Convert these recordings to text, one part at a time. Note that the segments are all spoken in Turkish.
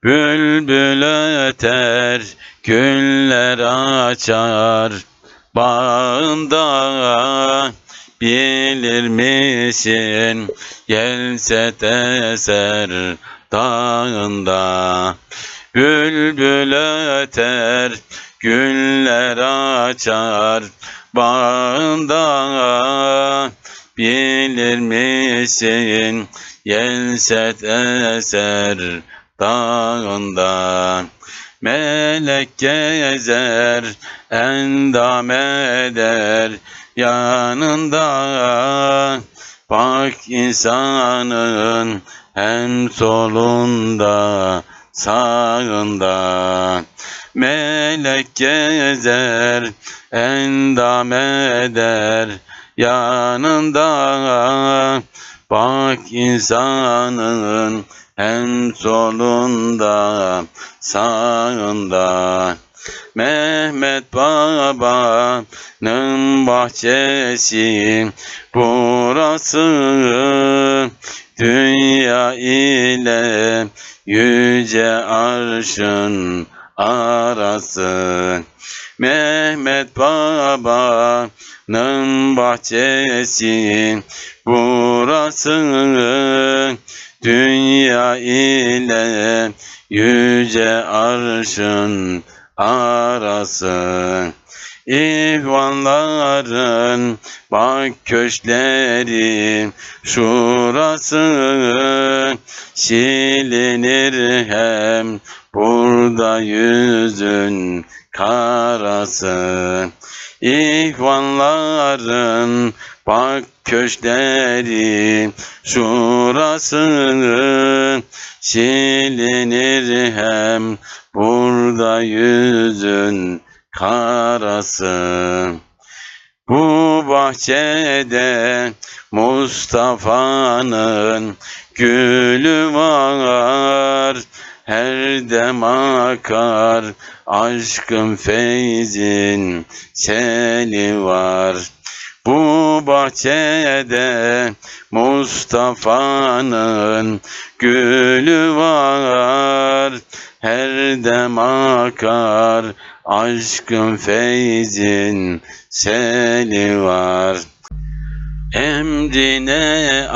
Bülbül öter, güller açar bağında. Bilir misin, gelse eser dağında. Bülbül öter, güller açar bağında. Bilir misin, gelse eser dağında. Melek gezer, endam eder yanında. Bak insanın hem solunda, sağında. Melek gezer, endam eder yanında. Bak insanın hem solunda, sağında. Mehmet Baba'nın bahçesi burası. Dünya ile yüce arşın arası. Mehmet Baba'nın bahçesi burası. Dünya ile yüce arşın arası. İhvanların bak köşkleri şurası. Silinir hem burada yüzün karası. İhvanların bak köşkleri şurası. Silinir hem burada yüzün karası. Bu bahçede Mustafa'nın gülü var. Her dem akar aşkın feyzin seli var. Bu bahçede Mustafa'nın gülü var. Her dem akar aşkın feyzin seli var. Emrine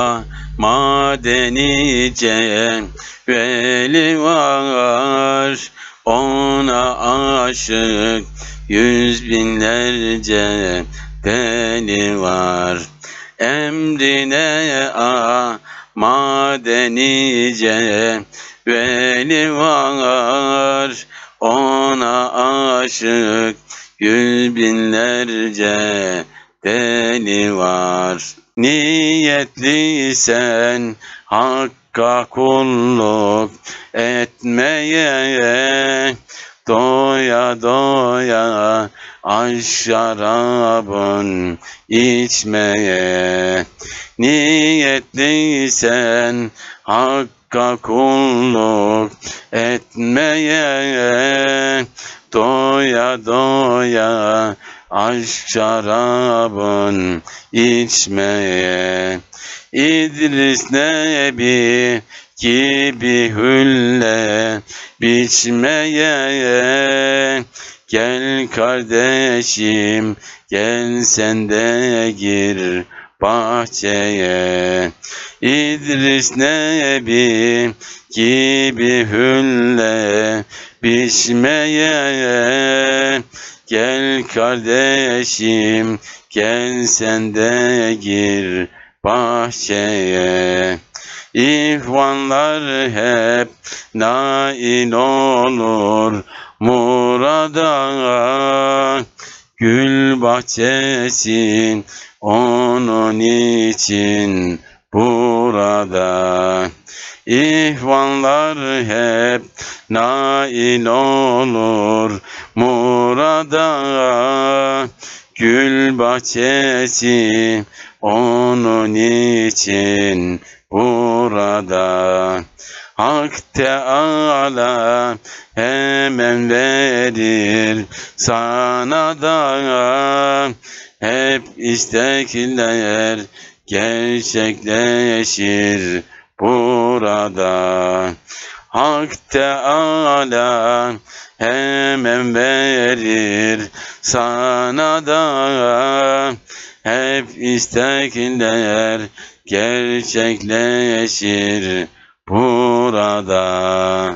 madenice veli var. Ona aşık yüz binlerce deli var. Emrine madenice veli var. Ona aşık yüz binlerce deli var. Niyetliysen Hakk'a kulluk etmeye, doya doya aşk şarabın içmeye. Niyetliysen Hakk'a kulluk etmeye, doya doya aşk şarabın içmeye. İdris Nebi gibi hülle biçmeye. Gel kardeşim, gel sen de gir bahçeye. İdris Nebi gibi hülle biçmeye. Gel kardeşim, gel sen de gir bahçeye. İhvanlar hep nail olur murada. Gül bahçesi onun için burada. İhvanlar hep nail olur murada. Gül bahçesi onun için burada. Hak Teala hemen verir sana da. Hep istekler gerçekleşir burada. Hak Teala hemen verir sana da, hep istekler gerçekleşir burada.